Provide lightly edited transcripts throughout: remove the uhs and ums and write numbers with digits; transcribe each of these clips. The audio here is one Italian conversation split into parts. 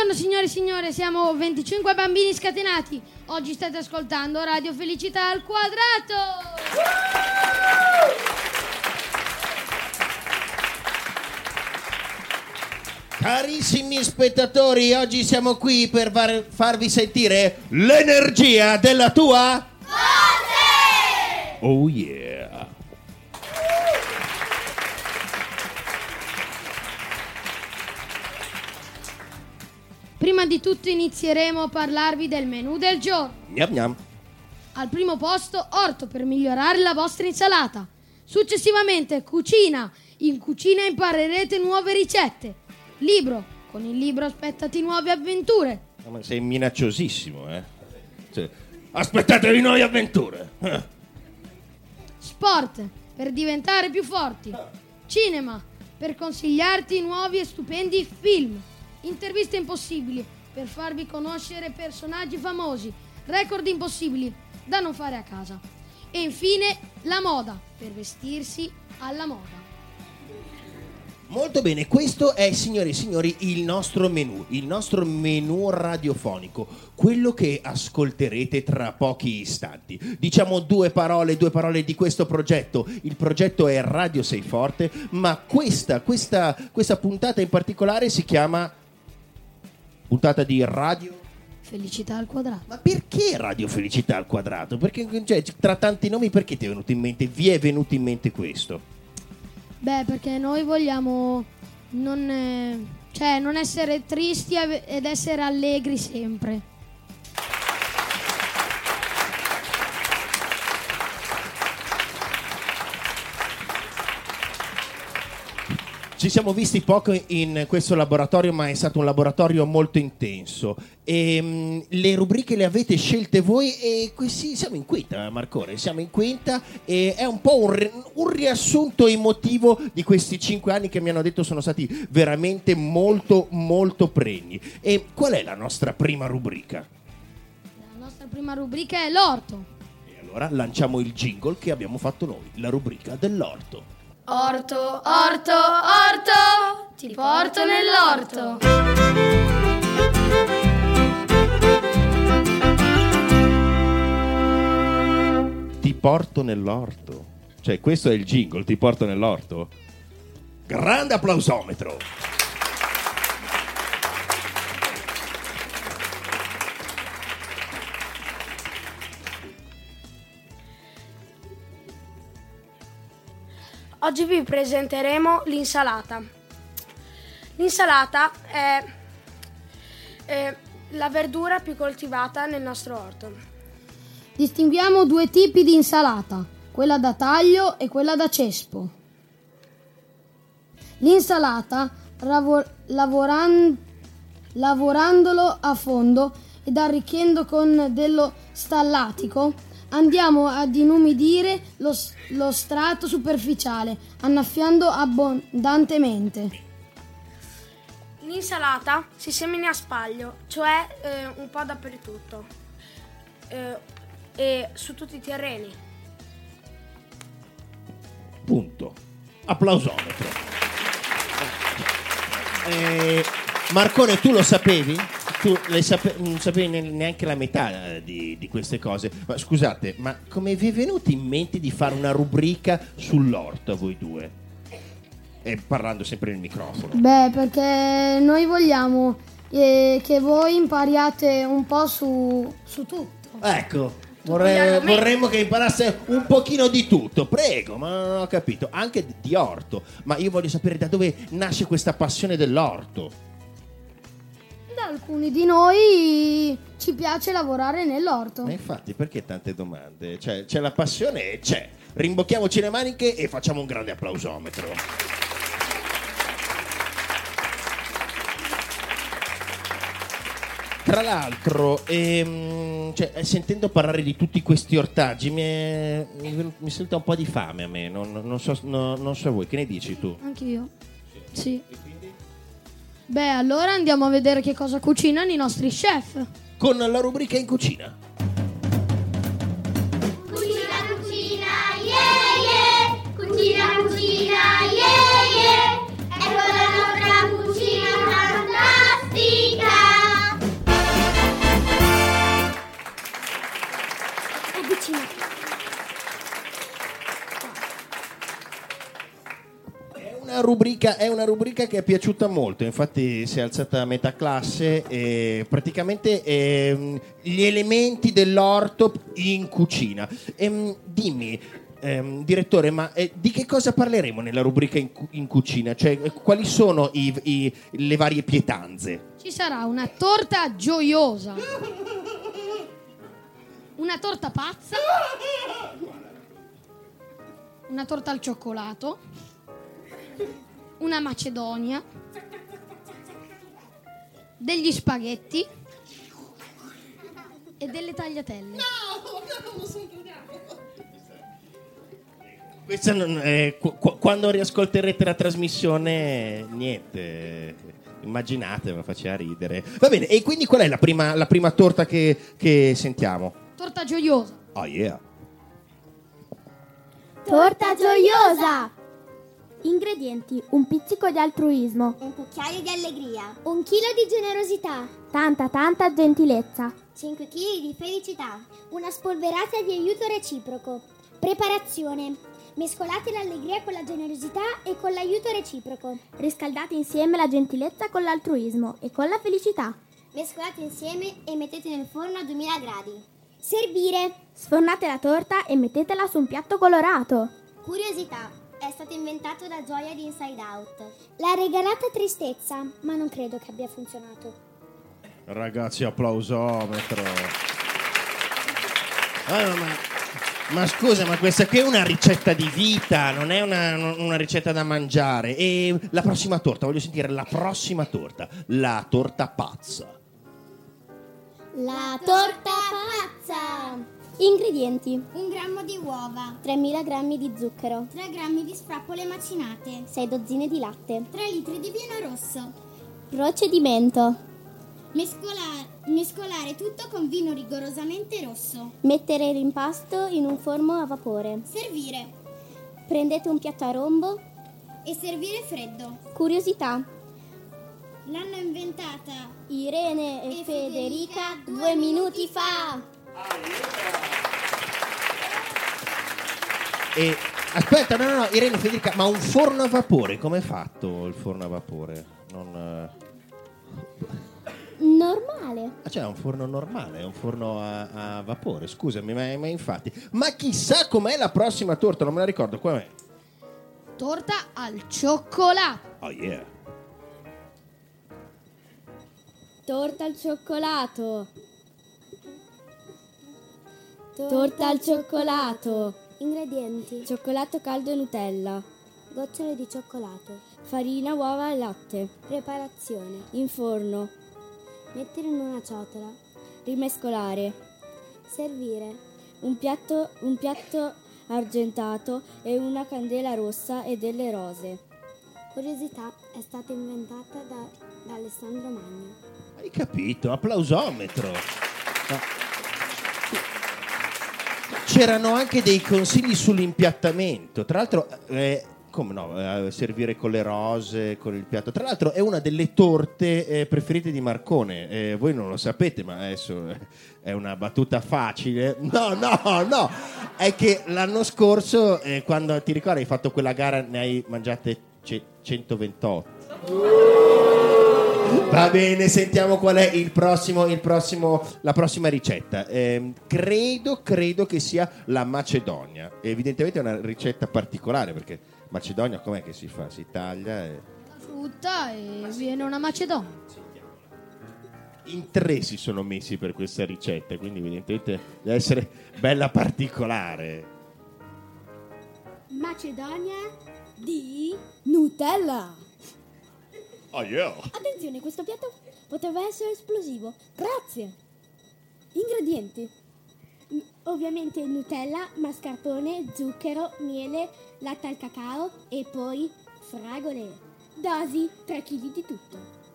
Buongiorno signore e signore, siamo 25 bambini scatenati. Oggi state ascoltando Radio Felicità al Quadrato. Carissimi spettatori, oggi siamo qui per farvi sentire l'energia della tua voce! Oh yeah! Prima di tutto inizieremo a parlarvi del menù del giorno. Gnam gnam. Al primo posto, orto per migliorare la vostra insalata. Successivamente, cucina. In cucina imparerete nuove ricette. Libro. Con il libro aspettati nuove avventure. Ma sei minacciosissimo, eh? Cioè, aspettatevi nuove avventure. Sport. Per diventare più forti. Cinema. Per consigliarti nuovi e stupendi film. Interviste impossibili. Per farvi conoscere personaggi famosi. Record impossibili da non fare a casa. E infine la moda. Per vestirsi alla moda. Molto bene, questo è, signore e signori, il nostro menù radiofonico, quello che ascolterete tra pochi istanti. Diciamo due parole di questo progetto. Il progetto è Radio Sei Forte, ma questa puntata in particolare si chiama puntata di Radio Felicità al Quadrato. Ma perché Radio Felicità al Quadrato? Perché, cioè, tra tanti nomi, perché vi è venuto in mente questo? Beh, perché noi vogliamo non essere tristi ed essere allegri sempre. Ci siamo visti poco in questo laboratorio, ma è stato un laboratorio molto intenso. Le rubriche le avete scelte voi e sì, siamo in quinta, Marcone, siamo in quinta e è un po' un riassunto emotivo di questi 5 anni che mi hanno detto sono stati veramente molto, molto pregni. E qual è la nostra prima rubrica? La nostra prima rubrica è l'orto. E allora lanciamo il jingle che abbiamo fatto noi, la rubrica dell'orto. Orto, orto, orto, ti porto nell'orto. Ti porto nell'orto. Cioè, questo è il jingle, ti porto nell'orto. Grande applausometro. Oggi vi presenteremo l'insalata. L'insalata è la verdura più coltivata nel nostro orto. Distinguiamo 2 tipi di insalata, quella da taglio e quella da cespo. L'insalata, lavorandolo a fondo ed arricchendo con dello stallatico, andiamo ad inumidire lo strato superficiale, annaffiando abbondantemente. L'insalata si semina a spaglio, cioè un po' dappertutto e su tutti i terreni. Punto. Applausometro. Marcone, tu lo sapevi? Tu non sapevi neanche la metà di queste cose. Ma scusate, ma come vi è venuto in mente di fare una rubrica sull'orto a voi due? E parlando sempre nel microfono. Beh, perché noi vogliamo che voi impariate un po' su tutto. Ecco, vorremmo che imparasse un pochino di tutto. Prego, ma non ho capito. Anche di orto. Ma io voglio sapere da dove nasce questa passione dell'orto. Da alcuni di noi ci piace lavorare nell'orto. Ma infatti, perché tante domande? Cioè, c'è la passione e c'è. Rimbocchiamoci le maniche e facciamo un grande applausometro. Tra l'altro, sentendo parlare di tutti questi ortaggi, mi sento un po' di fame a me. Non so voi, che ne dici tu? Anch'io. Sì. Beh, allora andiamo a vedere che cosa cucinano i nostri chef. Con la rubrica in cucina. Cucina, cucina, yeah, yeah. Cucina, cucina, yeah, yeah. Ecco la nostra cucina fantastica. rubrica che è piaciuta molto, infatti si è alzata a metà classe e praticamente gli elementi dell'orto in cucina. Dimmi, direttore, ma di che cosa parleremo nella rubrica in cucina? Cioè, quali sono le varie pietanze? Ci sarà una torta gioiosa, una torta pazza, una torta al cioccolato, una macedonia, degli spaghetti e delle tagliatelle. Questa quando riascolterete la trasmissione, niente, immaginate, mi faceva ridere. Va bene, e quindi qual è la prima torta che sentiamo? Torta gioiosa. Oh yeah. Torta gioiosa! Ingredienti: un pizzico di altruismo, Un cucchiaio di allegria. 1 chilo di generosità, tanta gentilezza, 5 kg di felicità. una spolverata di aiuto reciproco. Preparazione: mescolate l'allegria con la generosità e con l'aiuto reciproco. Riscaldate insieme la gentilezza con l'altruismo e con la felicità. Mescolate insieme e mettete nel forno a 2000 gradi. Servire: sfornate la torta e mettetela su un piatto colorato. Curiosità. È stato inventato da Gioia di Inside Out. La regalata tristezza, ma non credo che abbia funzionato. Ragazzi, applausometro. Ma scusa, ma questa qui è una ricetta di vita, non è una ricetta da mangiare. E la prossima torta, voglio sentire la prossima torta, la torta pazza. La torta pazza! Ingredienti: 1 grammo di uova. 3000 grammi di zucchero, 3 grammi di frappole macinate. 6 dozzine di latte. 3 litri di vino rosso. Procedimento: Mescolare tutto con vino rigorosamente rosso. mettere l'impasto in un forno a vapore. Servire. Prendete un piatto a rombo. E servire freddo. Curiosità: L'hanno inventata Irene e Federica 2 minuti fa. E aspetta, no, Irene Federica, ma un forno a vapore, come è fatto il forno a vapore? Normale. Cioè, è un forno normale, è un forno a vapore, scusami, ma infatti. Ma chissà com'è la prossima torta, non me la ricordo, com'è? Torta al cioccolato. Oh yeah. Torta al cioccolato. Torta al cioccolato. Ingredienti: cioccolato caldo e Nutella, gocciole di cioccolato, farina, uova e latte. Preparazione: in forno, mettere in una ciotola, rimescolare, servire. Un piatto argentato e una candela rossa e delle rose. Curiosità: è stata inventata da Alessandro Magno. Hai capito? Applausometro. No. C'erano anche dei consigli sull'impiattamento. Tra l'altro, come no, servire con le rose, con il piatto. Tra l'altro è una delle torte preferite di Marcone. Voi non lo sapete, ma adesso è una battuta facile. No. È che l'anno scorso, quando ti ricordi hai fatto quella gara, ne hai mangiate 128. Va bene, sentiamo qual è la prossima ricetta. Credo che sia la Macedonia. Evidentemente è una ricetta particolare, perché Macedonia com'è che si fa? Si taglia e... La frutta e viene una macedonia. In 3 si sono messi per questa ricetta, quindi evidentemente deve essere bella particolare. Macedonia di Nutella. Oh yeah. Attenzione, questo piatto poteva essere esplosivo. Grazie. Ingredienti: ovviamente Nutella, mascarpone, zucchero, miele, latte al cacao e poi fragole. Dosi: 3 kg di tutto.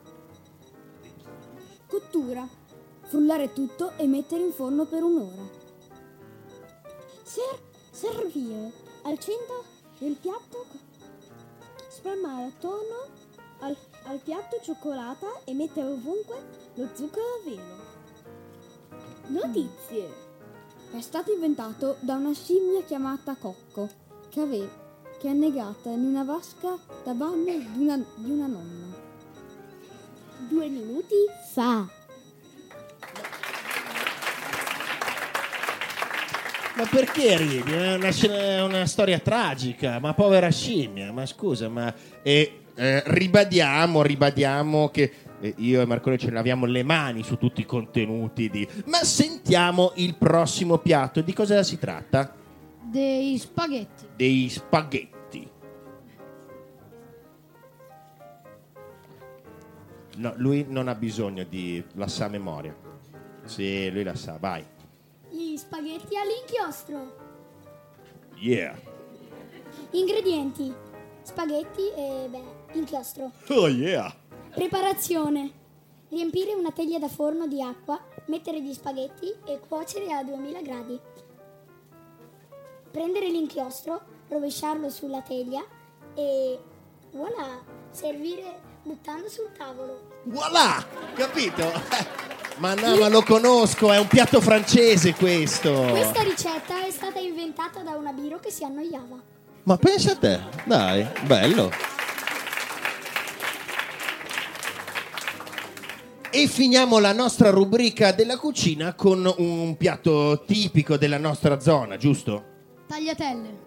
Cottura: frullare tutto e mettere in forno per un'ora. Servire: al centro del piatto spalmare attorno al piatto cioccolata e mettere ovunque lo zucchero a velo. Notizie: è stato inventato da una scimmia chiamata Cocco, che che è annegata in una vasca da bagno di una nonna. 2 minuti Fa. Ma perché ridi? È una storia tragica, ma povera scimmia, ma scusa, ma ribadiamo che io e Marcone ce laviamo le mani su tutti i contenuti ma sentiamo il prossimo piatto. Di cosa si tratta? Dei spaghetti. Dei spaghetti. No, lui non ha bisogno la sa a memoria. Sì, lui la sa, vai. Gli spaghetti all'inchiostro. Yeah. Ingredienti: spaghetti e inchiostro. Oh yeah. Preparazione: riempire una teglia da forno di acqua, mettere gli spaghetti e cuocere a 2000 gradi. Prendere l'inchiostro, rovesciarlo sulla teglia e voilà, servire buttando sul tavolo. Voilà, capito? Ma no, ma lo conosco, è un piatto francese questo. Questa ricetta è stata inventata da una biro che si annoiava. Ma pensa a te, dai, bello. E finiamo la nostra rubrica della cucina con un piatto tipico della nostra zona, giusto? Tagliatelle.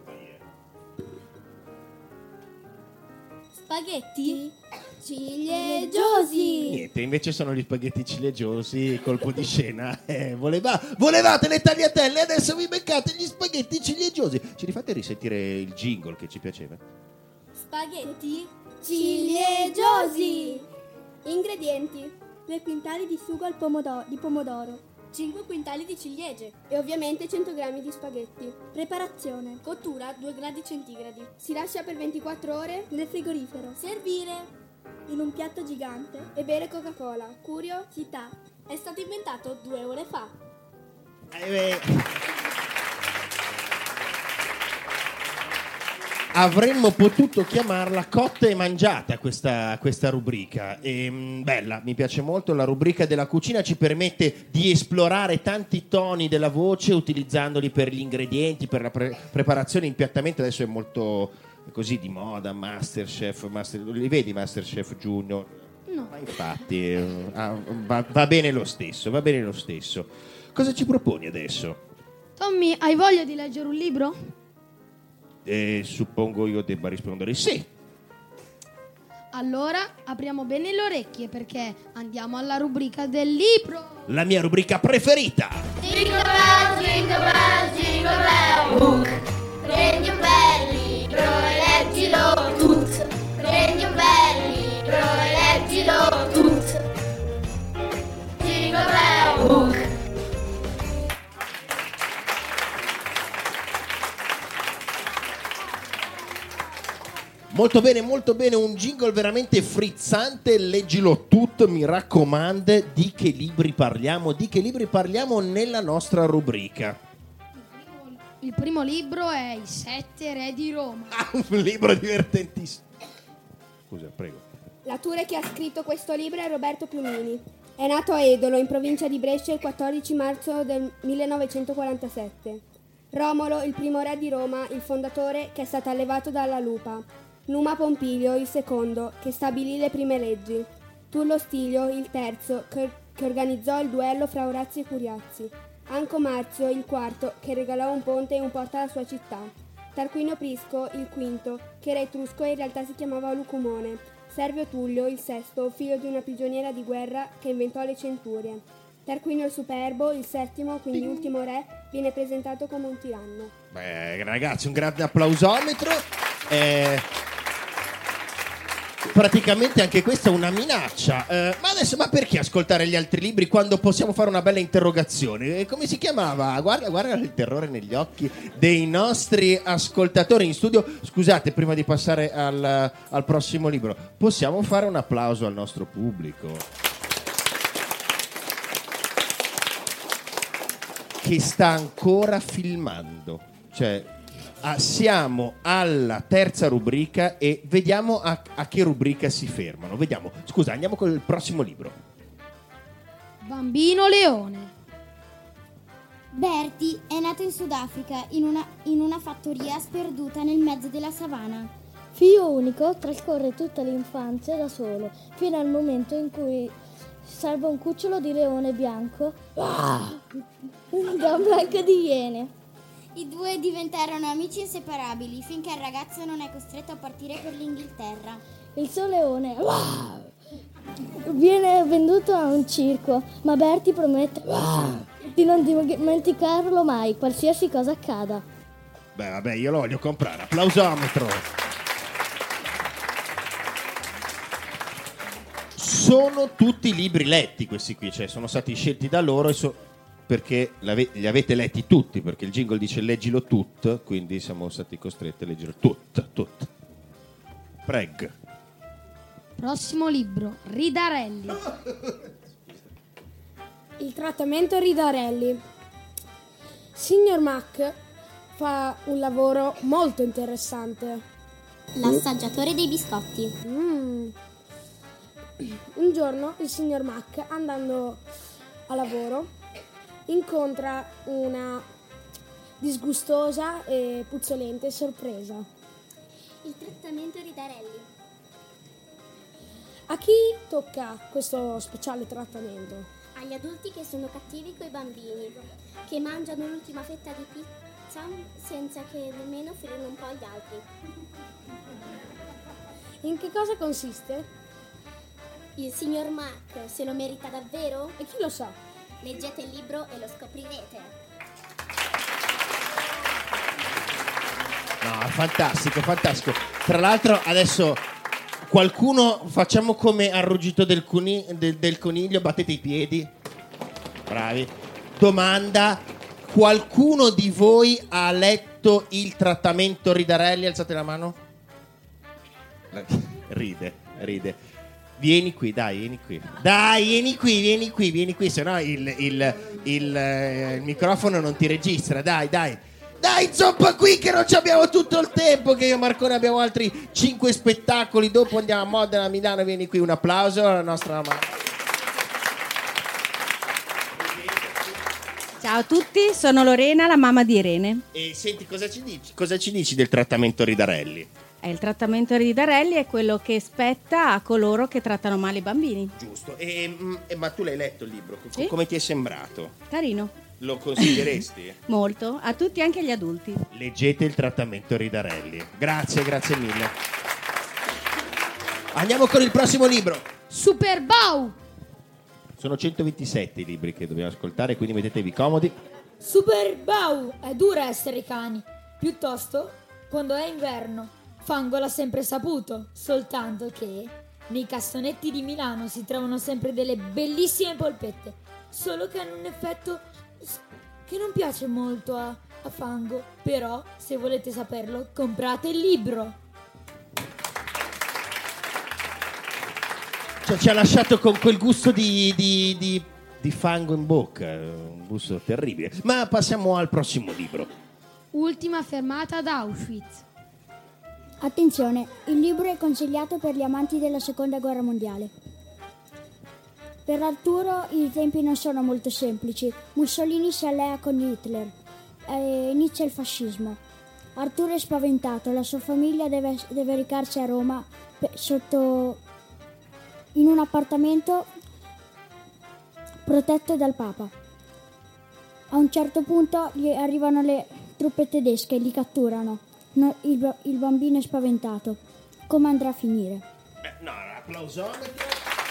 Spaghetti ciliegiosi. Niente, invece sono gli spaghetti ciliegiosi, colpo di scena. Volevate le tagliatelle, adesso vi beccate gli spaghetti ciliegiosi. Ci rifate risentire il jingle che ci piaceva? Spaghetti ciliegiosi. Ingredienti: 2 quintali di sugo di pomodoro, 5 quintali di ciliegie e ovviamente 100 grammi di spaghetti. Preparazione: cottura 2 gradi centigradi. Si lascia per 24 ore nel frigorifero. Servire in un piatto gigante e bere Coca-Cola. Curiosità: è stato inventato 2 ore fa. Avremmo potuto chiamarla cotta e mangiata questa rubrica. Bella, mi piace molto. La rubrica della cucina ci permette di esplorare tanti toni della voce utilizzandoli per gli ingredienti, per la preparazione, impiattamento. Adesso è molto così di moda, Masterchef, li vedi Masterchef Junior? No. Ma infatti va bene lo stesso, va bene lo stesso. Cosa ci proponi adesso? Tommy, hai voglia di leggere un libro? Suppongo io debba rispondere sì. Allora apriamo bene le orecchie perché andiamo alla rubrica del libro. La mia rubrica preferita. Jingle bell, jingle bell, jingle bell. Prendi un bel libro e leggilo tutto. Prendi un bel libro e leggilo tutto. Jingle bell. Molto bene, un jingle veramente frizzante, leggilo tutto, mi raccomando. Di che libri parliamo? Di che libri parliamo nella nostra rubrica? Il primo libro è I 7 re di Roma. Un libro divertentissimo. Scusa, prego. L'autore che ha scritto questo libro è Roberto Piumini. È nato a Edolo, in provincia di Brescia, il 14 marzo del 1947. Romolo, il primo re di Roma, il fondatore, che è stato allevato dalla lupa. Numa Pompilio, il secondo, che stabilì le prime leggi. Tullo Stilio, il terzo, che organizzò il duello fra Orazio e Curiazzi. Anco Marzio, il quarto, che regalò un ponte e un porto alla sua città. Tarquinio Prisco, il quinto, che era etrusco e in realtà si chiamava Lucumone. Servio Tullio, il sesto, figlio di una prigioniera di guerra che inventò le centurie. Tarquinio il Superbo, il settimo, quindi ultimo re, viene presentato come un tiranno. Beh, ragazzi, un grande applausometro. Praticamente anche questa è una minaccia. Ma perché ascoltare gli altri libri quando possiamo fare una bella interrogazione? Come si chiamava? Guarda il terrore negli occhi dei nostri ascoltatori in studio. Scusate, prima di passare al prossimo libro, possiamo fare un applauso al nostro pubblico che sta ancora filmando. Cioè, siamo alla terza rubrica e vediamo a che rubrica si fermano. Vediamo. Scusa, andiamo con il prossimo libro. Bambino Leone. Bertie è nato in Sudafrica in una fattoria sperduta nel mezzo della savana. Figlio unico, trascorre tutta l'infanzia da solo, fino al momento in cui salva un cucciolo di leone bianco da un branco di iene. I due diventarono amici inseparabili finché il ragazzo non è costretto a partire per l'Inghilterra. Il suo leone viene venduto a un circo, ma Bertie promette di non dimenticarlo mai, qualsiasi cosa accada. Beh, vabbè, io lo voglio comprare. Applausometro. Sono tutti libri letti questi qui, cioè sono stati scelti da loro perché li avete letti tutti, perché il jingle dice leggilo tut, quindi siamo stati costretti a leggere tut. Preg. Prossimo libro, Ridarelli. Il trattamento Ridarelli. Signor Mac fa un lavoro molto interessante. L'assaggiatore dei biscotti. Un giorno il signor Mac, andando a lavoro, incontra una disgustosa e puzzolente sorpresa. Il trattamento Ridarelli. A chi tocca questo speciale trattamento? Agli adulti che sono cattivi coi bambini, che mangiano l'ultima fetta di pizza senza che nemmeno ferino un po' gli altri. In che cosa consiste? Il signor Mac se lo merita davvero? E chi lo sa? Leggete il libro e lo scoprirete. No, fantastico. Tra l'altro adesso qualcuno, facciamo come al ruggito del coniglio, battete i piedi. Bravi. Domanda: qualcuno di voi ha letto il trattamento Ridarelli? Alzate la mano. Ride. Vieni qui, vieni qui, se no il microfono non ti registra, dai, zoppa qui che non ci abbiamo tutto il tempo, che io e Marcone abbiamo altri 5 spettacoli, dopo andiamo a Modena, a Milano, vieni qui, un applauso alla nostra Ciao a tutti, sono Lorena, la mamma di Irene. E senti, cosa ci dici del trattamento Ridarelli? Il trattamento Ridarelli è quello che spetta a coloro che trattano male i bambini. Giusto, ma tu l'hai letto il libro? Sì. Come ti è sembrato? Carino. Lo consiglieresti? Molto, a tutti, anche agli adulti. Leggete il trattamento Ridarelli. Grazie mille. Andiamo con il prossimo libro. Super Bau. Sono 127 i libri che dobbiamo ascoltare, quindi mettetevi comodi. Super Bau, è dura essere cani. Piuttosto, quando è inverno, Fango l'ha sempre saputo, soltanto che nei cassonetti di Milano si trovano sempre delle bellissime polpette, solo che hanno un effetto che non piace molto a Fango. Però, se volete saperlo, comprate il libro. Cioè, ci ha lasciato con quel gusto di fango in bocca, un gusto terribile. Ma passiamo al prossimo libro. Ultima fermata ad Auschwitz. Attenzione, il libro è consigliato per gli amanti della Seconda Guerra Mondiale. Per Arturo i tempi non sono molto semplici. Mussolini si allea con Hitler e inizia il fascismo. Arturo è spaventato, la sua famiglia deve recarsi a Roma in un appartamento protetto dal Papa. A un certo punto gli arrivano le truppe tedesche e li catturano. Il bambino è spaventato. Come andrà a finire? No, applausometro.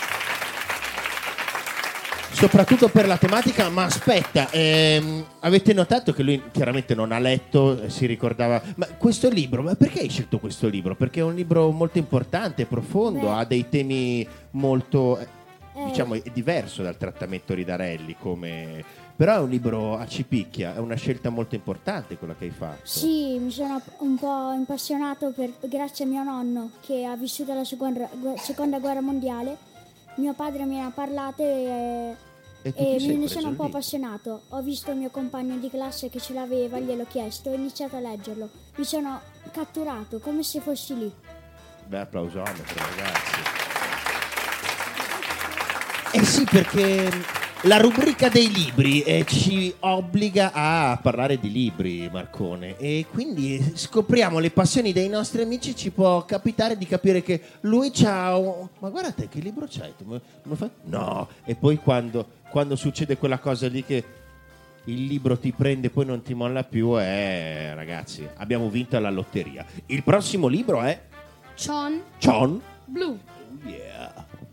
Soprattutto per la tematica, ma aspetta, avete notato che lui chiaramente non ha letto, si ricordava. Ma questo libro, ma perché hai scelto questo libro? Perché è un libro molto importante, profondo, ha dei temi molto, diciamo, è diverso dal trattamento Ridarelli, però è un libro a cipicchia, è una scelta molto importante quella che hai fatto. Sì, mi sono un po' impassionato grazie a mio nonno che ha vissuto la seconda guerra mondiale. Mio padre me ne ha parlato e me ne sono un po' appassionato. Ho visto il mio compagno di classe che ce l'aveva, gliel'ho chiesto e ho iniziato a leggerlo. Mi sono catturato come se fossi lì. Beh, applausometro, ragazzi. Sì, perché La rubrica dei libri ci obbliga a parlare di libri, Marcone, e quindi scopriamo le passioni dei nostri amici. Ci può capitare di capire che lui c'ha ma guarda te, che libro c'hai? No, e poi quando succede quella cosa lì che il libro ti prende e poi non ti molla più, ragazzi, abbiamo vinto alla lotteria. Il prossimo libro è Chon Blue. Oh yeah.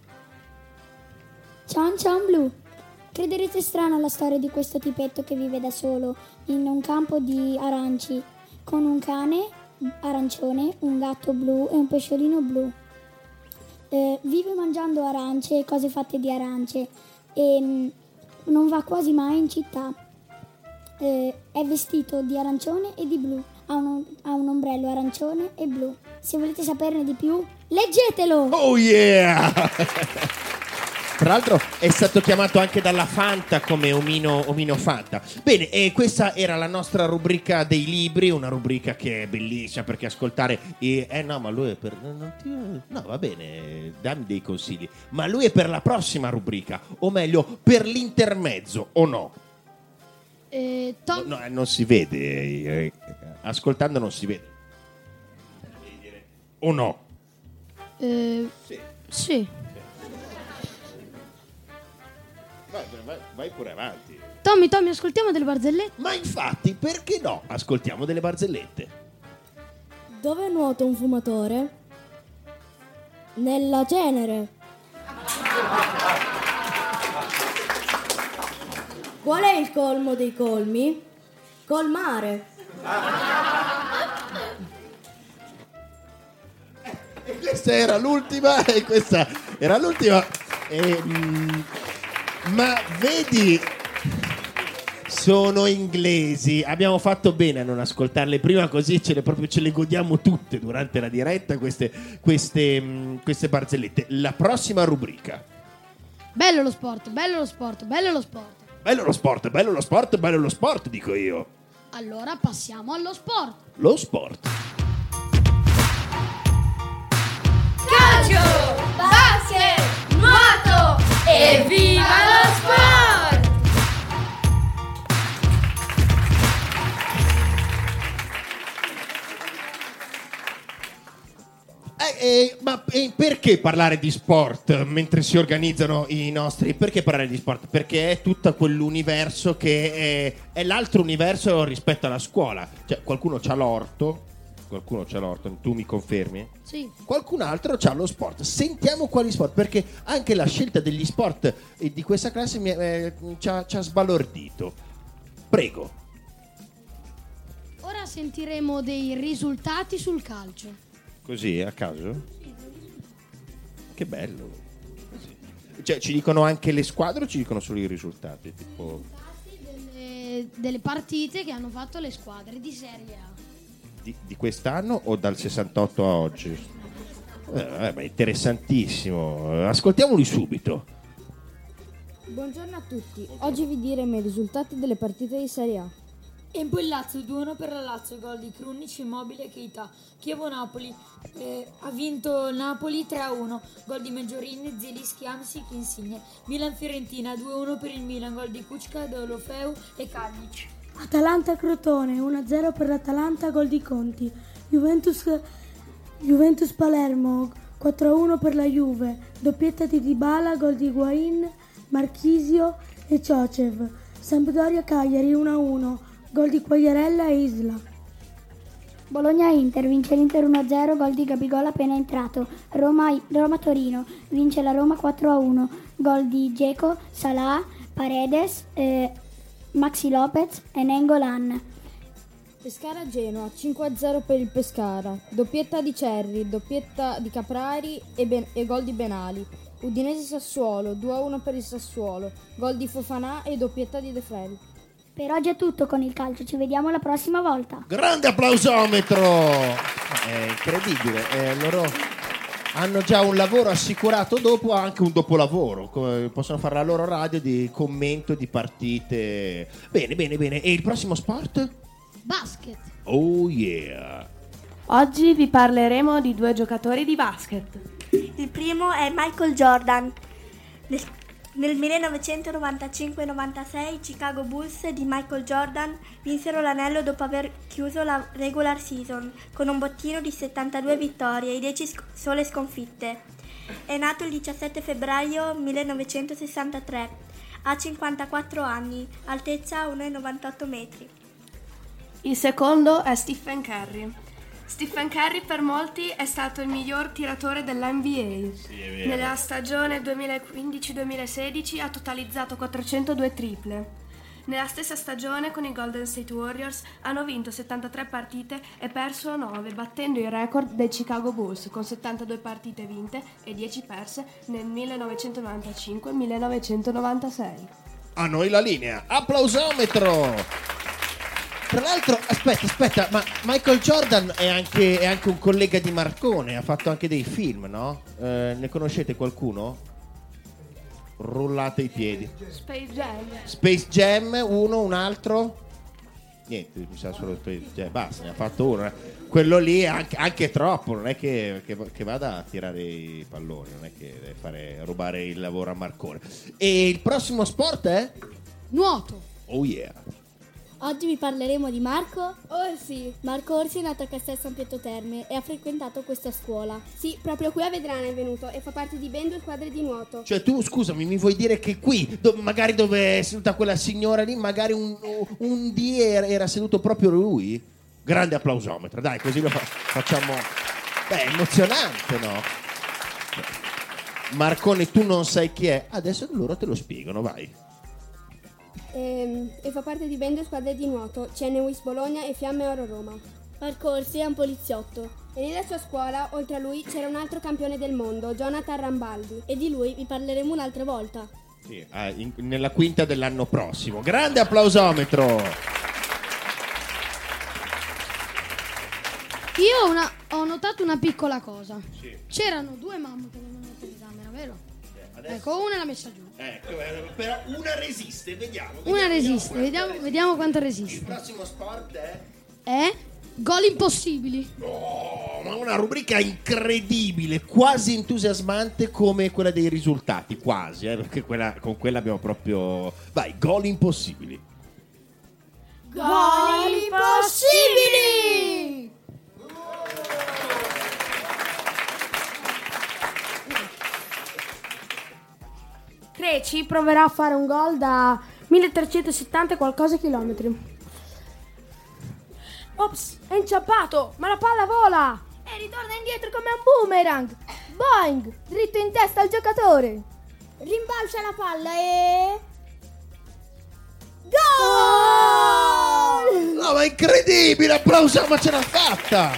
Chon Blue. Crederete strana la storia di questo tipetto che vive da solo in un campo di aranci con un cane arancione, un gatto blu e un pesciolino blu. Vive mangiando arance e cose fatte di arance e non va quasi mai in città. È vestito di arancione e di blu. Ha un ombrello arancione e blu. Se volete saperne di più, leggetelo! Oh yeah! Tra l'altro è stato chiamato anche dalla Fanta come omino Fanta. Bene, e questa era la nostra rubrica dei libri, una rubrica che è bellissima perché ascoltare no, ma lui è per no, va bene, dammi dei consigli. Ma lui è per la prossima rubrica, o meglio, per l'intermezzo, o no? No, non si vede, ascoltando non si vede. O no? Sì. Vai pure avanti. Tommy, ascoltiamo delle barzellette. Ma infatti, perché no? Ascoltiamo delle barzellette. Dove nuota un fumatore? Nella Cenere. Qual è il colmo dei colmi? Colmare. E questa era l'ultima. Ma vedi, sono inglesi. Abbiamo fatto bene a non ascoltarle prima, così ce le godiamo tutte durante la diretta queste barzellette. La prossima rubrica. Bello lo sport. Bello lo sport, dico io. Allora passiamo allo sport. Lo sport. Calcio, basket, nuoto e viva lo sport! Ma perché parlare di sport mentre si organizzano i nostri? Perché parlare di sport? Perché è tutto quell'universo che è l'altro universo rispetto alla scuola. Cioè, qualcuno c'ha l'orto, tu mi confermi? Sì. Qualcun altro c'ha lo sport. Sentiamo quali sport, perché anche la scelta degli sport di questa classe ci ha sbalordito. Prego. Ora sentiremo dei risultati sul calcio. Così, a caso? Che bello. Così. Cioè, ci dicono anche le squadre o ci dicono solo i risultati? Tipo delle partite che hanno fatto le squadre di Serie A. Di quest'anno o dal 68 a oggi? Ma interessantissimo. Ascoltiamoli subito. Buongiorno a tutti. Oggi vi diremo i risultati delle partite di Serie A. Empoli il Lazio 2-1 per la Lazio, gol di Krunic, Immobile e Keita. Chievo-Napoli, ha vinto Napoli 3-1, gol di Maggiorini, Zielinski, Hamsik, Insigne. Milan-Fiorentina 2-1 per il Milan, gol di Kučka, Deulofeu e Kalinic. Atalanta-Crotone 1-0 per l'Atalanta, gol di Conti. Juventus-Palermo 4-1 per la Juve, doppietta di Dybala, gol di Higuain, Marchisio e Ciocev. Sampdoria-Cagliari 1-1, gol di Quagliarella e Isla. Bologna-Inter, vince l'Inter 1-0, gol di Gabigol appena entrato. Roma-Torino, vince la Roma 4-1, gol di Dzeko, Salah, Paredes, Maxi Lopez e Nengolan. Pescara-Genoa 5-0 per il Pescara, doppietta di Cerri, doppietta di Caprari e gol di Benali. Udinese-Sassuolo 2-1 per il Sassuolo, gol di Fofana e doppietta di De Frel. Per oggi è tutto con il calcio, ci vediamo la prossima volta. Grande applausometro! È incredibile, loro hanno già un lavoro assicurato dopo, anche un dopolavoro, possono fare la loro radio di commento di partite. Bene. E il prossimo sport? Basket. Oh yeah! Oggi vi parleremo di due giocatori di basket. Il primo è Michael Jordan. Nel 1995-96 i Chicago Bulls di Michael Jordan vinsero l'anello dopo aver chiuso la regular season con un bottino di 72 vittorie e 10 sole sconfitte. È nato il 17 febbraio 1963, ha 54 anni, altezza 1,98 metri. Il secondo è Stephen Curry. Stephen Curry per molti è stato il miglior tiratore dell'NBA. Sì, nella stagione 2015-2016 ha totalizzato 402 triple. Nella stessa stagione con i Golden State Warriors hanno vinto 73 partite e perso 9, battendo il record dei Chicago Bulls con 72 partite vinte e 10 perse nel 1995-1996. A noi la linea, applausometro! Tra l'altro, aspetta, ma Michael Jordan è anche un collega di Marcone, ha fatto anche dei film, no? Ne conoscete qualcuno? Rullate i piedi. Space Jam, un altro? Niente, mi sa solo Space Jam, basta, ne ha fatto uno. Quello lì è anche troppo, non è che vada a tirare i palloni, non è che deve rubare il lavoro a Marcone. E il prossimo sport è? Nuoto. Oh yeah. Oggi vi parleremo di Marco Orsi. Marco Orsi è nato a Castel San Pietro Terme e ha frequentato questa scuola. Sì, proprio qui a Vedrana è venuto e fa parte di ben 2 squadre di nuoto. Cioè tu, scusami, mi vuoi dire che qui, magari dove è seduta quella signora lì, magari un dì era seduto proprio lui? Grande applausometro, dai, così lo facciamo. Beh, è emozionante, no? Marcone, tu non sai chi è? Adesso loro te lo spiegano, vai. E fa parte di ben 2 squadre di nuoto, CNUIS Bologna e Fiamme Oro Roma. Marco Orsi è un poliziotto. E nella sua scuola, oltre a lui, c'era un altro campione del mondo, Jonathan Rambaldi. E di lui vi parleremo un'altra volta. Sì, nella quinta dell'anno prossimo. Grande applausometro! Io ho notato una piccola cosa. Sì. C'erano 2 mammut nella telecamera, vero? Ecco, una l'ha messa giù. Ecco, però una resiste, vediamo. Vediamo quanto resiste. Il prossimo sport è gol impossibili. No, ma una rubrica incredibile, quasi entusiasmante come quella dei risultati, quasi, perché con quella abbiamo proprio... Vai, gol impossibili. Gol impossibili! Creci proverà a fare un gol da 1370 qualcosa chilometri. Ops, è inciampato, ma la palla vola! E ritorna indietro come un boomerang. Boing, dritto in testa al giocatore. Rimbalza la palla e... Gol! No, ma è incredibile, applauso, ma ce l'ha fatta!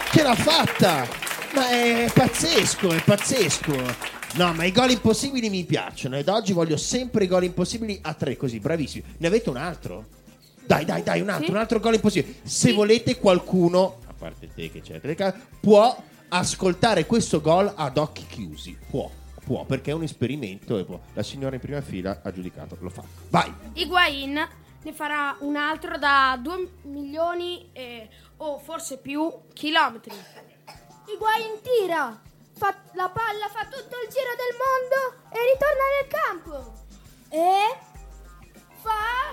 Ma è pazzesco! No, ma i gol impossibili mi piacciono ed oggi voglio sempre i gol impossibili a 3, così, bravissimi. Ne avete un altro? Dai, un altro gol impossibile. Se volete qualcuno, a parte te che c'è la telecamera, può ascoltare questo gol ad occhi chiusi. Può, perché è un esperimento e può. La signora in prima fila ha giudicato, lo fa. Vai! Higuaín ne farà un altro da 2 milioni o forse più chilometri. Higuaín tira! La palla fa tutto il giro del mondo e ritorna nel campo. E fa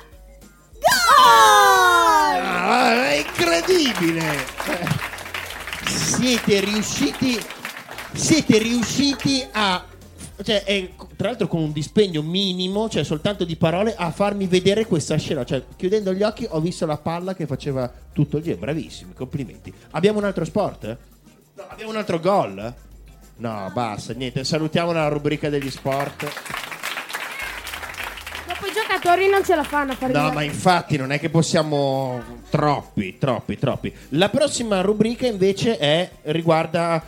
gol! È incredibile! Siete riusciti a... Cioè, tra l'altro con un dispendio minimo, cioè soltanto di parole, a farmi vedere questa scena. Cioè, chiudendo gli occhi ho visto la palla che faceva tutto il giro. Bravissimi, complimenti. Abbiamo un altro sport? No, abbiamo un altro gol? No, basta, niente, salutiamo la rubrica degli sport. Dopo i giocatori non ce la fanno a fare. No, ma infatti non è che possiamo... Troppi. La prossima rubrica invece riguarda...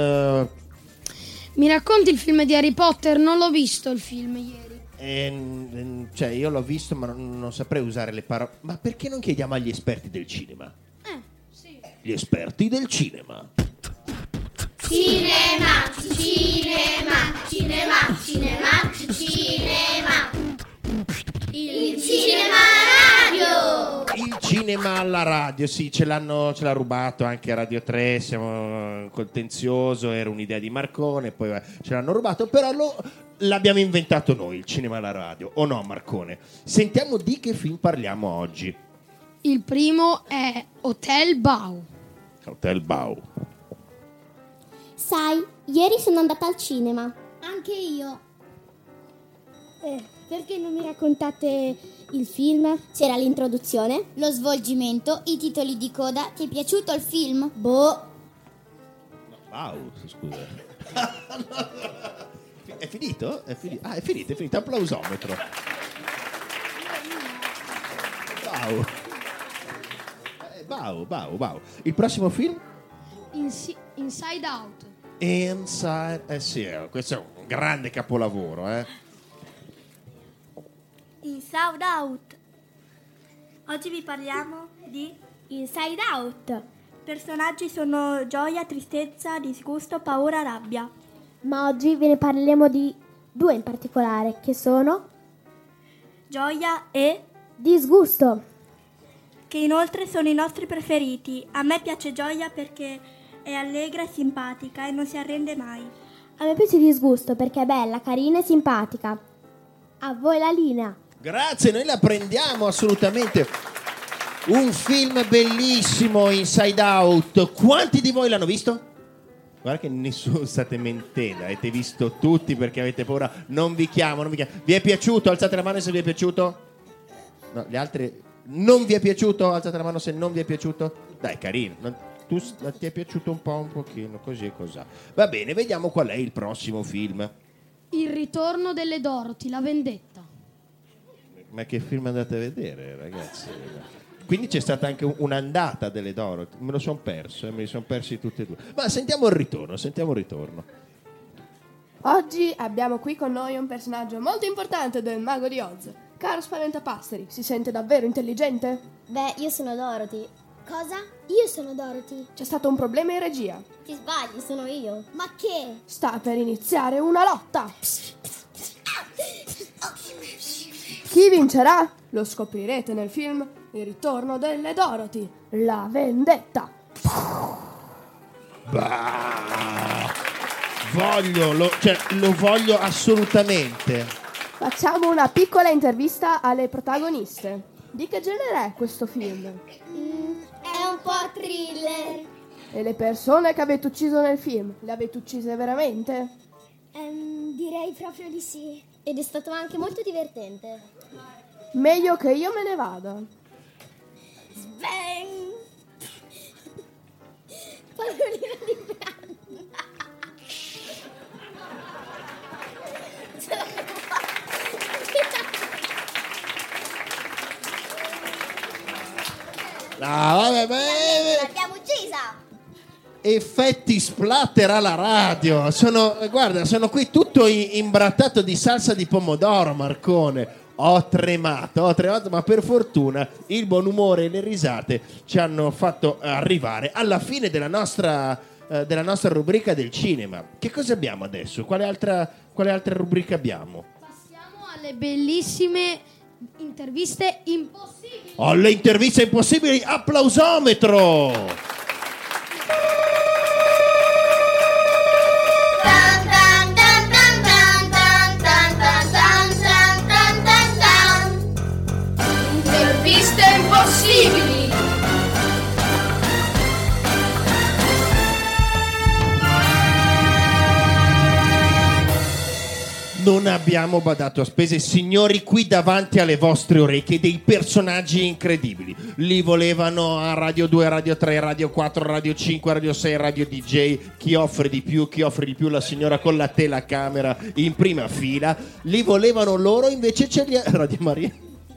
Mi racconti il film di Harry Potter? Non l'ho visto il film ieri. Cioè, io l'ho visto ma non saprei usare le parole. Ma perché non chiediamo agli esperti del cinema? Sì. Gli esperti del cinema. Cinema. Il cinema radio. Il Cinema alla radio, sì, ce l'ha rubato anche a Radio 3, siamo contenzioso, era un'idea di Marcone, poi ce l'hanno rubato, però l'abbiamo inventato noi, il cinema alla radio, o no Marcone? Sentiamo di che film parliamo oggi. Il primo è Hotel Bau. Hotel Bau. Sai, ieri sono andata al cinema. Anche io. Perché non mi raccontate il film? C'era l'introduzione, Lo svolgimento, i titoli di coda. Ti è piaciuto il film? boh, Bau, scusa. È finito? Ah, è finito. Applausometro. Bau. Il prossimo film? Inside Out. Inside, sì, questo è un grande capolavoro, Inside Out. Oggi vi parliamo di Inside Out. personaggi sono gioia, tristezza, disgusto, paura, rabbia. Ma oggi ve ne parleremo di 2 in particolare, che sono Gioia e disgusto. che inoltre sono i nostri preferiti. A me piace Gioia perché è allegra e simpatica e non si arrende mai. A me piace disgusto perché è bella, carina e simpatica. A voi la linea. Grazie, noi la prendiamo assolutamente. Un film bellissimo, Inside Out. Quanti di voi l'hanno visto? Guarda che nessuno, state mentendo, avete visto tutti perché avete paura. Non vi chiamo. Vi è piaciuto? Alzate la mano se vi è piaciuto. No, gli altri. Non vi è piaciuto? Alzate la mano se non vi è piaciuto. Dai, carino. Ti è piaciuto un pochino, così e cos'ha. Va bene, vediamo qual è il prossimo film. Il ritorno delle Dorothy, la vendetta. Ma che film andate a vedere, ragazzi? Quindi c'è stata anche un'andata delle Dorothy. Me lo sono perso, me li sono persi tutti e due. Ma sentiamo il ritorno. Oggi abbiamo qui con noi un personaggio molto importante del Mago di Oz. Caro Spaventapasseri, si sente davvero intelligente? Beh, io sono Dorothy. Cosa? Io sono Dorothy. C'è stato un problema in regia. Ti sbagli, Sono io. Ma che? Sta per iniziare una lotta. Chi vincerà? Lo scoprirete nel film Il ritorno delle Dorothy, la vendetta. Lo voglio assolutamente. Facciamo una piccola intervista alle protagoniste. Di che genere è questo film? È un po' thriller. E le persone che avete ucciso nel film, le avete uccise veramente? Direi proprio di sì. Ed è stato anche molto divertente. Meglio che io me ne vada. Sbang! Pallolino di Branda. Ce l'abbiamo fatta. L'abbiamo uccisa. Effetti splatter alla radio. Sono qui tutto imbrattato di salsa di pomodoro, Marcone. Ho tremato, ma per fortuna il buon umore e le risate ci hanno fatto arrivare alla fine della nostra rubrica del cinema. Che cosa abbiamo adesso? Quale altra rubrica abbiamo? Passiamo alle bellissime interviste impossibili. Alle interviste impossibili, applausometro! Interviste impossibili. Non abbiamo badato a spese, signori, qui davanti alle vostre orecchie dei personaggi incredibili. Li volevano a Radio 2, Radio 3, Radio 4, Radio 5, Radio 6, Radio DJ. Chi offre di più, la signora con la telecamera in prima fila. Li volevano loro, invece Radio Maria.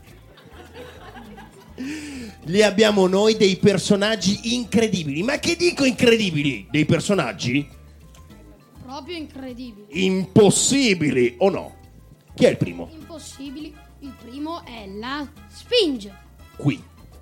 Li abbiamo noi, dei personaggi incredibili. Ma che dico incredibili? Dei personaggi Proprio incredibili. impossibili, o no? Chi è il primo? Impossibili. Il primo è la Sfinge. Qui.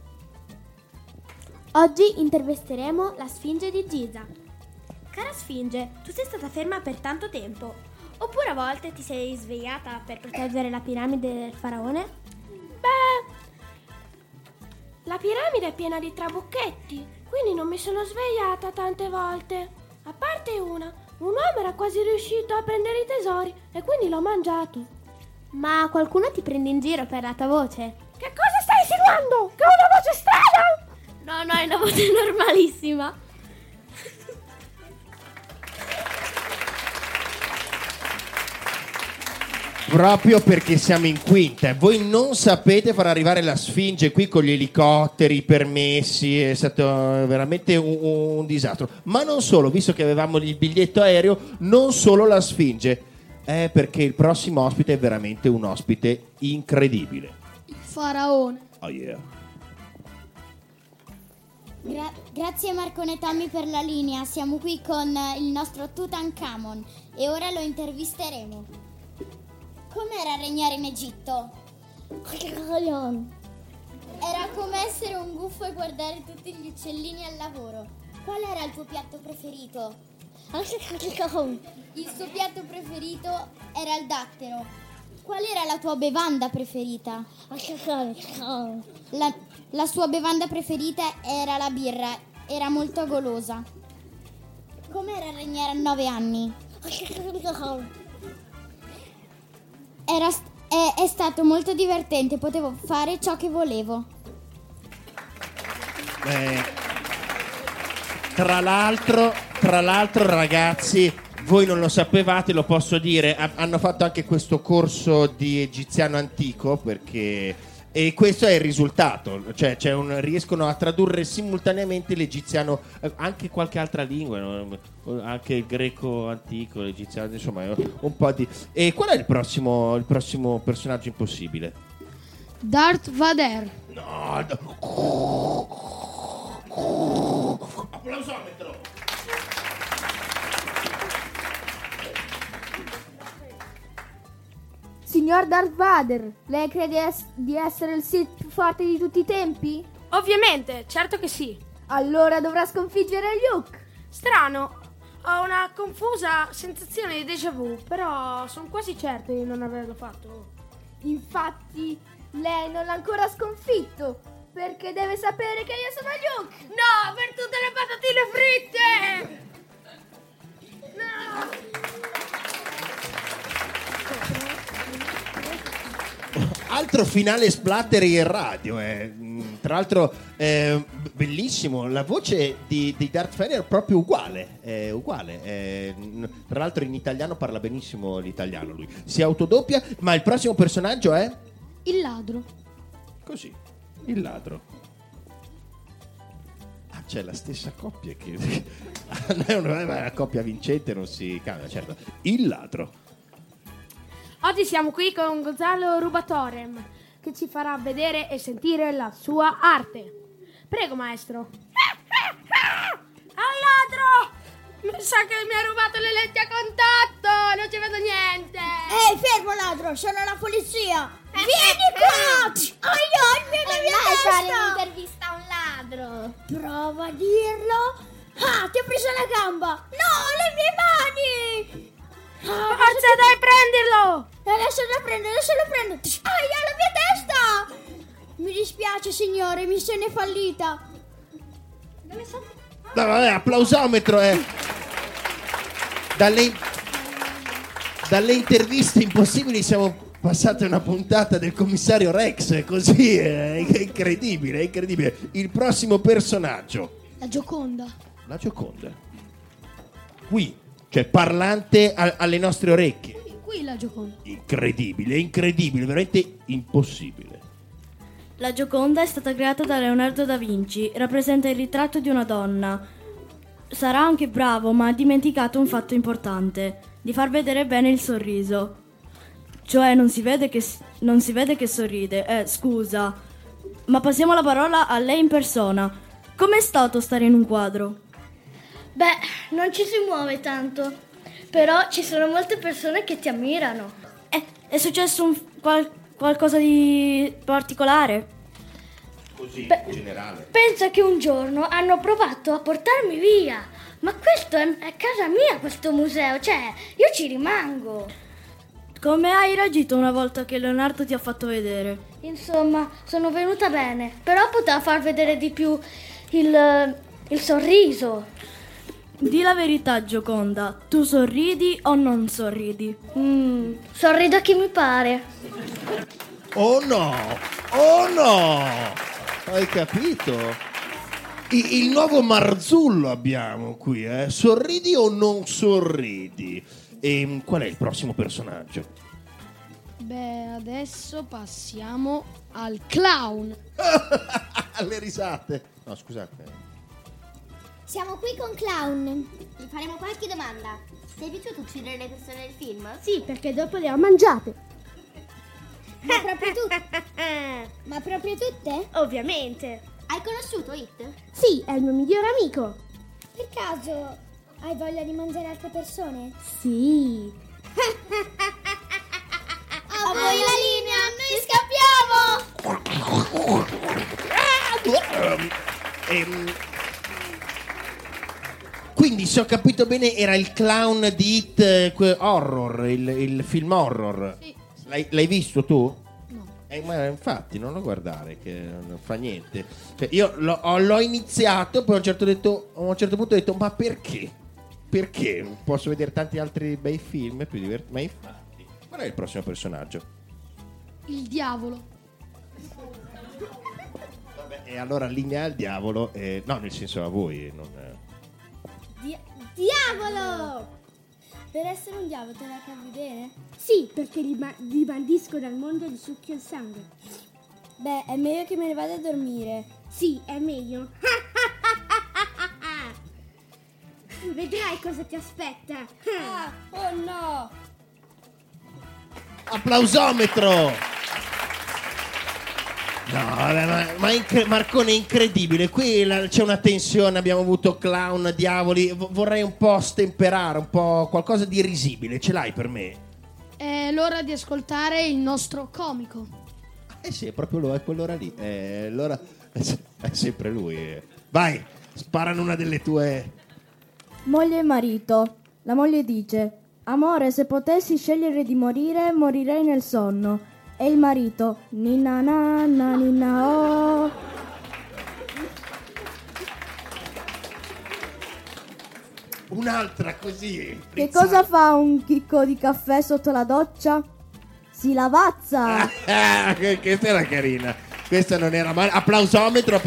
Oggi intervisteremo la Sfinge di Giza. Cara Sfinge, tu sei stata ferma per tanto tempo. Oppure a volte ti sei svegliata per proteggere la piramide del faraone? La piramide è piena di trabucchetti, quindi non mi sono svegliata tante volte. A parte una, un uomo era quasi riuscito a prendere i tesori e quindi l'ho mangiato. Ma qualcuno ti prende in giro per la tua voce? Che cosa stai insinuando? Che ho una voce strana? No, è una voce normalissima. Proprio perché siamo in quinta e voi non sapete far arrivare la Sfinge qui con gli elicotteri, i permessi, è stato veramente un disastro. Ma non solo, visto che avevamo il biglietto aereo, non solo la Sfinge, perché il prossimo ospite è veramente un ospite incredibile. Il faraone. Oh yeah. Grazie Marcone e Tommy per la linea, siamo qui con il nostro Tutankhamon e ora lo intervisteremo. Com'era regnare in Egitto? Era come essere un gufo e guardare tutti gli uccellini al lavoro. Qual era il tuo piatto preferito? Il suo piatto preferito era il dattero. Qual era la tua bevanda preferita? La sua bevanda preferita era la birra. Era molto golosa. Com'era regnare a 9 anni? È stato molto divertente, potevo fare ciò che volevo. Tra l'altro ragazzi, voi non lo sapevate, lo posso dire, hanno fatto anche questo corso di egiziano antico e questo è il risultato, cioè riescono a tradurre simultaneamente l'egiziano, anche qualche altra lingua, no? Anche il greco antico, l'egiziano, insomma un po' di... E qual è il prossimo personaggio impossibile? Darth Vader. No, applausometro. Signor Darth Vader, lei crede di essere il Sith più forte di tutti i tempi? Ovviamente, certo che sì. Allora dovrà sconfiggere Luke. Strano, ho una confusa sensazione di déjà vu, però sono quasi certo di non averlo fatto. Infatti, lei non l'ha ancora sconfitto, perché deve sapere che io sono Luke. No, per tutte le patatine fritte! No! Altro finale splatter in radio, tra l'altro bellissimo, la voce di Darth Vader è proprio uguale, tra l'altro in italiano parla benissimo l'italiano lui, si autodoppia, ma il prossimo personaggio è? Il ladro. Così, il ladro. Ah, c'è la stessa coppia che non è una coppia vincente, non si cambia, certo. Il ladro. Oggi siamo qui con Gonzalo Rubatorem, che ci farà vedere e sentire la sua arte. Prego, maestro. Al ladro! Mi sa che mi ha rubato le lenti a contatto, non ci vedo niente. Ehi, fermo ladro, sono la polizia. Vieni qua! La mia testa! Fare un'intervista a un ladro. Prova a dirlo. Ah, ti ho preso la gamba. No, le mie mani! Forza, dai, prenderlo! Adesso lo prendo. Aia, la mia testa! Mi dispiace, signore, missione fallita. Dove sono? No, vabbè, applausometro, Dalle interviste impossibili siamo passati a una puntata del commissario Rex, così è incredibile. Il prossimo personaggio. La Gioconda. Qui, cioè parlante alle nostre orecchie. Qui la Gioconda. Incredibile, veramente impossibile. La Gioconda è stata creata da Leonardo da Vinci, rappresenta il ritratto di una donna. Sarà anche bravo, ma ha dimenticato un fatto importante, di far vedere bene il sorriso. Cioè non si vede che sorride, scusa. Ma passiamo la parola a lei in persona. Com'è stato stare in un quadro? Beh, non ci si muove tanto, però ci sono molte persone che ti ammirano. È successo qualcosa di particolare? Così, in generale. Pensa che un giorno hanno provato a portarmi via, ma questo è casa mia, questo museo, cioè io ci rimango. Come hai reagito una volta che Leonardo ti ha fatto vedere? Insomma, sono venuta bene, però poteva far vedere di più il sorriso. Di la verità, Gioconda, tu sorridi o non sorridi? Sorrido a chi mi pare. Oh no! Oh no! Hai capito? Il nuovo Marzullo abbiamo qui, eh? Sorridi o non sorridi? E qual è il prossimo personaggio? Beh, adesso passiamo al clown. Alle risate. No, scusate. Siamo qui con Clown. Gli faremo qualche domanda. Ti è piaciuto uccidere le persone del film? Sì, perché dopo le ho mangiate. Ma proprio tutte? Ma proprio tutte? Ovviamente. Hai conosciuto It? Sì, è il mio migliore amico. Per caso hai voglia di mangiare altre persone? Sì. A voi la linea, noi scappiamo! Quindi, se ho capito bene, era il clown di It Horror, il film horror. Sì. L'hai visto tu? No. Ma infatti non lo guardare, che non fa niente. Cioè, io l'ho iniziato, poi a un certo punto ho detto, ma perché? Perché? Posso vedere tanti altri bei film più divertenti. Ma infatti, qual è il prossimo personaggio? Il diavolo. Vabbè, e allora linea al diavolo, no, nel senso a voi, non... Diavolo! Per essere un diavolo te la cavi bene? Sì, perché li bandisco dal mondo e gli succhio il sangue. Beh, è meglio che me ne vada a dormire. Sì, è meglio. Vedrai cosa ti aspetta. Oh no! Applausometro! No, vabbè, Marcone è incredibile. Qui c'è una tensione, abbiamo avuto clown, diavoli. Vorrei un po' stemperare, un po' qualcosa di risibile. Ce l'hai per me? È l'ora di ascoltare il nostro comico. Sì, è proprio lui, è quell'ora lì. Allora è sempre lui. Vai, sparano una delle tue. Moglie e marito. La moglie dice: amore, se potessi scegliere di morire, morirei nel sonno. E il marito: ninna nanna ninna oh. Un'altra così. Che cosa fa un chicco di caffè sotto la doccia? Si lavazza. Questa era carina. Questa non era male. Applausometro.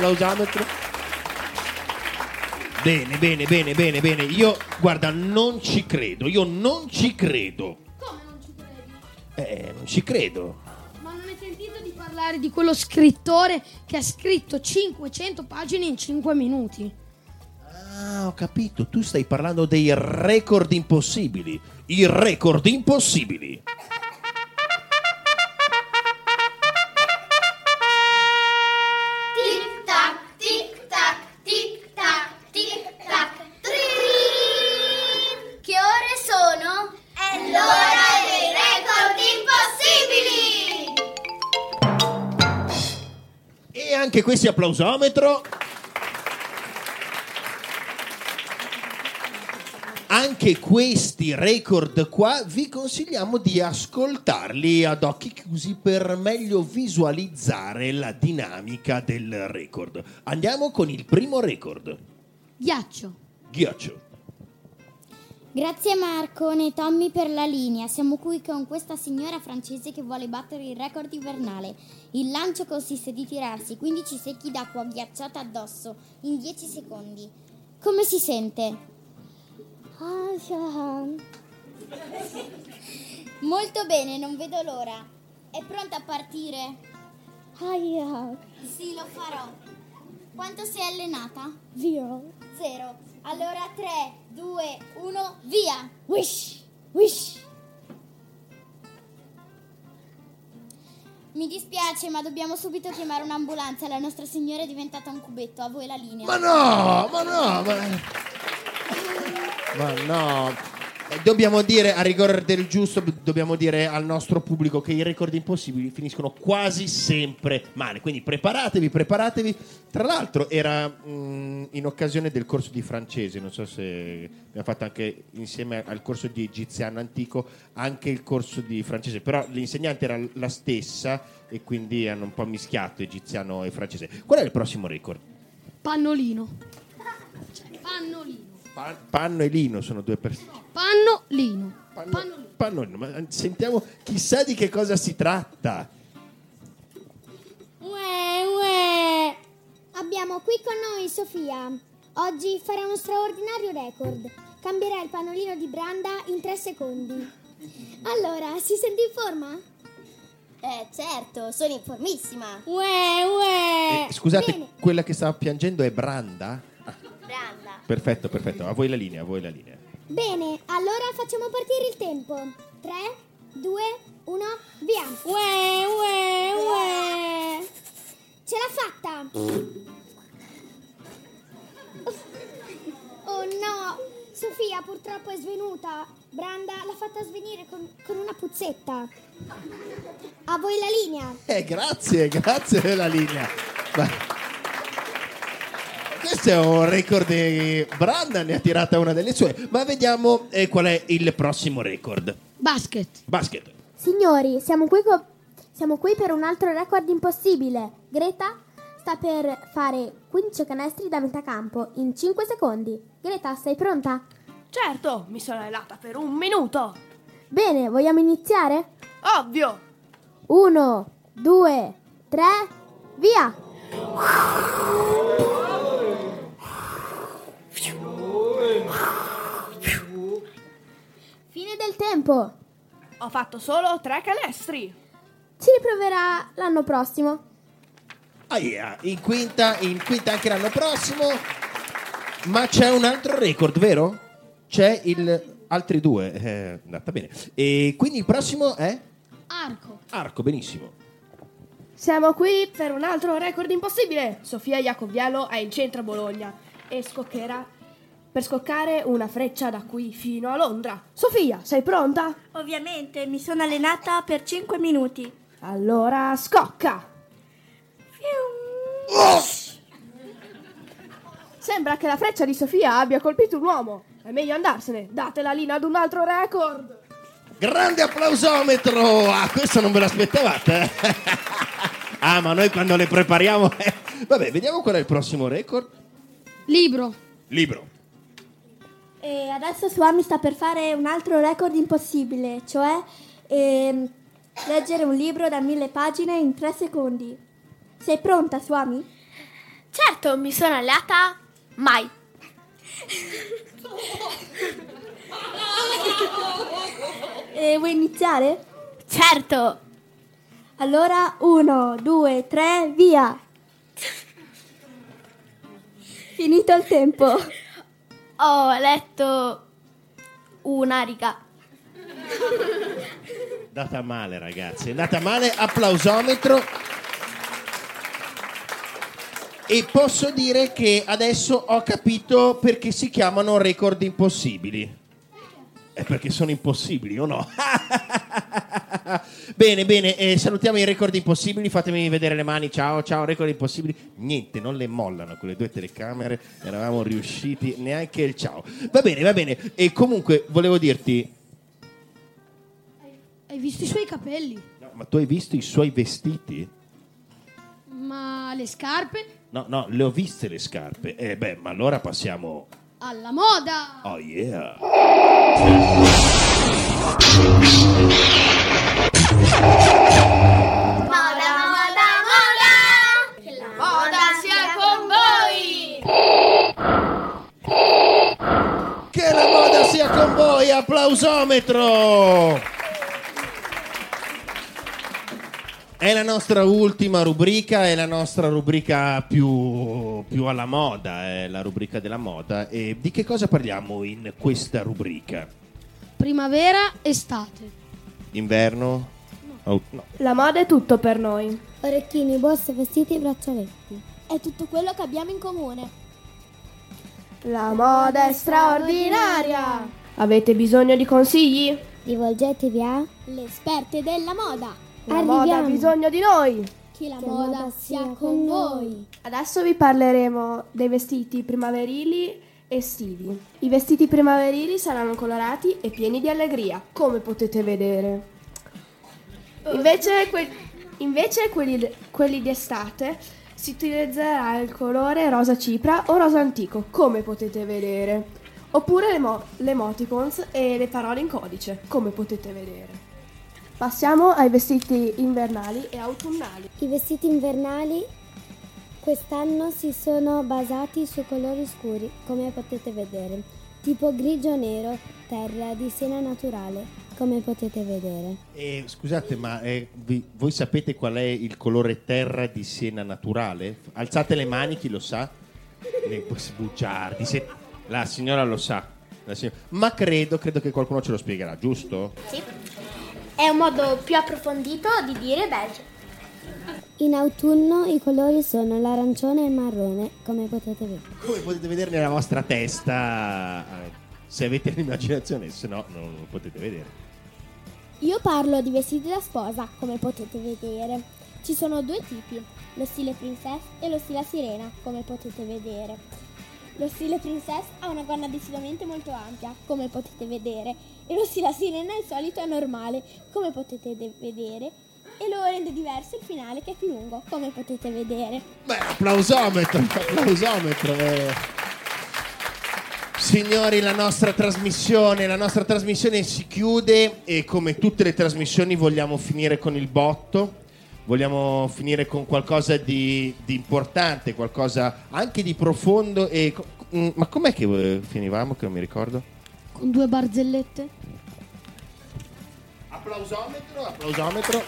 Bene. Io, guarda, non ci credo. Come non ci credi? Non ci credo. Ma non hai sentito di parlare di quello scrittore che ha scritto 500 pagine in 5 minuti? Ah, ho capito. Tu stai parlando dei record impossibili. I record impossibili. Tic-tac, tic-tac, tic-tac, tic-tac, trin! Che ore sono? È l'ora dei record impossibili! E anche questi applausometro. Anche questi record qua vi consigliamo di ascoltarli ad occhi chiusi per meglio visualizzare la dinamica del record. Andiamo con il primo record. Ghiaccio. Grazie Marcone e Tommy per la linea. Siamo qui con questa signora francese che vuole battere il record invernale. Il lancio consiste di tirarsi 15 secchi d'acqua ghiacciata addosso in 10 secondi. Come si sente? Molto bene, non vedo l'ora. È pronta a partire? Sì, lo farò. Quanto sei allenata? 0. Allora 3, 2, 1, via! Wish. Mi dispiace, ma dobbiamo subito chiamare un'ambulanza. La nostra signora è diventata un cubetto. A voi la linea. Ma no. Dobbiamo dire, a rigore del giusto, dobbiamo dire al nostro pubblico che i record impossibili finiscono quasi sempre male, quindi preparatevi. Tra l'altro era in occasione del corso di francese, non so se abbiamo fatto anche insieme al corso di egiziano antico anche il corso di francese, però l'insegnante era la stessa e quindi hanno un po' mischiato egiziano e francese. Qual è il prossimo record? Pannolino. Panno e lino sono due persone. Pannolino, ma sentiamo chissà di che cosa si tratta. Uè. Abbiamo qui con noi Sofia. Oggi farà uno straordinario record. Cambierà il pannolino di Branda in 3 secondi. Allora, si sente in forma? Certo, sono informissima. Scusate, Bene. quella che stava piangendo è Branda? Branda. Perfetto, a voi la linea. Bene, allora facciamo partire il tempo. 3, 2, 1, via. Ce l'ha fatta. Oh no, Sofia purtroppo è svenuta. Branda l'ha fatta svenire con una puzzetta. A voi la linea. Grazie della linea. Questo è un record di Branda, ne ha tirata una delle sue. Ma vediamo qual è il prossimo record. Basket. Signori, siamo qui per un altro record impossibile. Greta sta per fare 15 canestri da metà campo in 5 secondi. Greta, sei pronta? Certo, mi sono allenata per 1 minuto. Bene, vogliamo iniziare? Ovvio. 1, 2, 3, via! Fine del tempo. Ho fatto solo 3 canestri. Ci riproverà l'anno prossimo. In quinta anche l'anno prossimo. Ma c'è un altro record, vero? C'è altri 2. È andata bene. E quindi il prossimo è? Arco, benissimo. Siamo qui per un altro record impossibile. Sofia Iacoviello è in centro a Bologna e scoccherà per scoccare una freccia da qui fino a Londra. Sofia, sei pronta? Ovviamente, mi sono allenata per 5 minuti. Allora scocca. Sembra che la freccia di Sofia abbia colpito un uomo. È meglio andarsene. Date la linea ad un altro record. Grande applausometro! Questo non ve l'aspettavate? Ma noi quando le prepariamo... Vabbè, vediamo qual è il prossimo record. Libro. E adesso Suami sta per fare un altro record impossibile, cioè leggere un libro da 1000 pagine in 3 secondi. Sei pronta, Suami? Certo, mi sono allenata mai. E vuoi iniziare? Certo. Allora, 1, 2, 3, via! Finito il tempo. Ho letto una riga. Andata male, ragazzi, è andata male. Applausometro. E posso dire che adesso ho capito perché si chiamano record impossibili. È perché sono impossibili, o no? Bene, salutiamo i record impossibili. Fatemi vedere le mani. Ciao, record impossibili. Niente, non le mollano quelle 2 telecamere. Eravamo riusciti, neanche il ciao. Va bene. E comunque volevo dirti... Hai visto i suoi capelli? No, ma tu hai visto i suoi vestiti? Ma le scarpe? No, le ho viste le scarpe. Ma allora passiamo... Alla moda! Oh yeah! Moda! Che la moda sia con voi! Che la moda sia con voi! Applausometro! È la nostra ultima rubrica, è la nostra rubrica più alla moda, è la rubrica della moda. E di che cosa parliamo in questa rubrica? Primavera, estate. Inverno? No. La moda è tutto per noi. Orecchini, borse, vestiti e braccialetti. È tutto quello che abbiamo in comune. La moda è straordinaria. Avete bisogno di consigli? Rivolgetevi a le esperte della moda. La moda ha bisogno di noi. Che la moda sia con voi. Adesso vi parleremo dei vestiti primaverili estivi. I vestiti primaverili saranno colorati e pieni di allegria, come potete vedere. Invece quelli di estate si utilizzerà il colore rosa cipria o rosa antico, come potete vedere. Oppure le emoticons e le parole in codice, come potete vedere. Passiamo ai vestiti invernali e autunnali. I vestiti invernali quest'anno si sono basati su colori scuri, come potete vedere, tipo grigio nero, terra di siena naturale, come potete vedere. Scusate, ma voi sapete qual è il colore terra di siena naturale? Alzate le mani, chi lo sa? Bugiardi, la signora lo sa. Ma credo che qualcuno ce lo spiegherà, giusto? Sì. È un modo più approfondito di dire beige. In autunno i colori sono l'arancione e il marrone, come potete vedere. Come potete vedere nella vostra testa, se avete l'immaginazione, se no non lo potete vedere. Io parlo di vestiti da sposa, come potete vedere. Ci sono due tipi, lo stile princess e lo stile sirena, come potete vedere. Lo stile princess ha una gonna decisamente molto ampia, come potete vedere, e lo stile sirena il solito è normale, come potete vedere, e lo rende diverso il finale che è più lungo, come potete vedere. Beh, applausometro. Signori, la nostra trasmissione si chiude e come tutte le trasmissioni vogliamo finire con il botto. Vogliamo finire con qualcosa di importante, qualcosa anche di profondo. Ma com'è che finivamo, che non mi ricordo? Con 2 barzellette. Applausometro.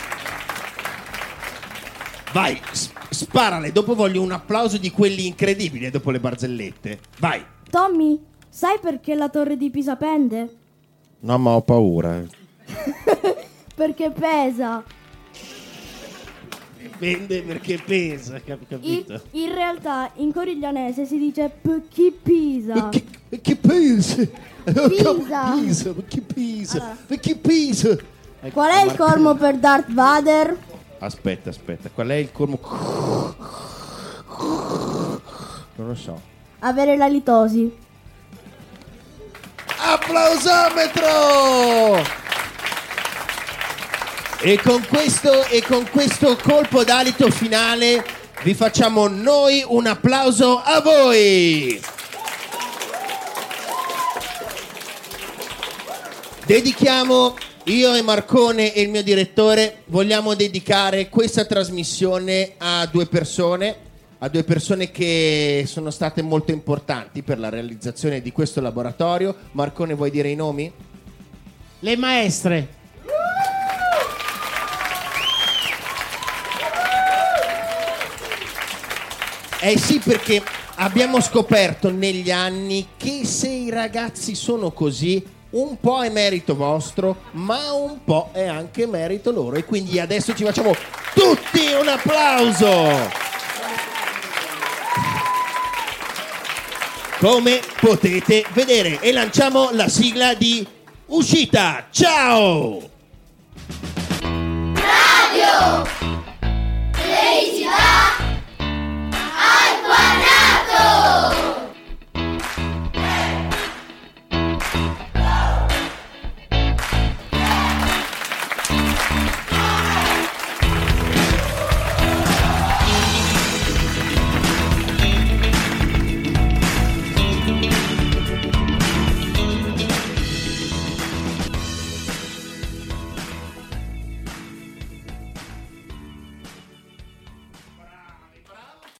Vai, sparale. Dopo voglio un applauso di quelli incredibili dopo le barzellette. Vai. Tommy, sai perché la torre di Pisa pende? No, ma ho paura. Perché pesa. Pende perché pesa, capito? In realtà in coriglianese si dice chi pisa. Che pesa? Pisa. Che pesa? Qual è il cormo per Darth Vader? Aspetta, qual è il cormo? Non lo so. Avere la litosi. Applausometro! E con questo colpo d'alito finale vi facciamo noi un applauso a voi. Dedichiamo, io e Marcone e il mio direttore, vogliamo dedicare questa trasmissione a due persone che sono state molto importanti per la realizzazione di questo laboratorio. Marcone, vuoi dire i nomi? Le maestre. Sì, perché abbiamo scoperto negli anni che se i ragazzi sono così, un po' è merito vostro, ma un po' è anche merito loro. E quindi adesso ci facciamo tutti un applauso! Come potete vedere. E lanciamo la sigla di uscita. Ciao! Radio Felicità!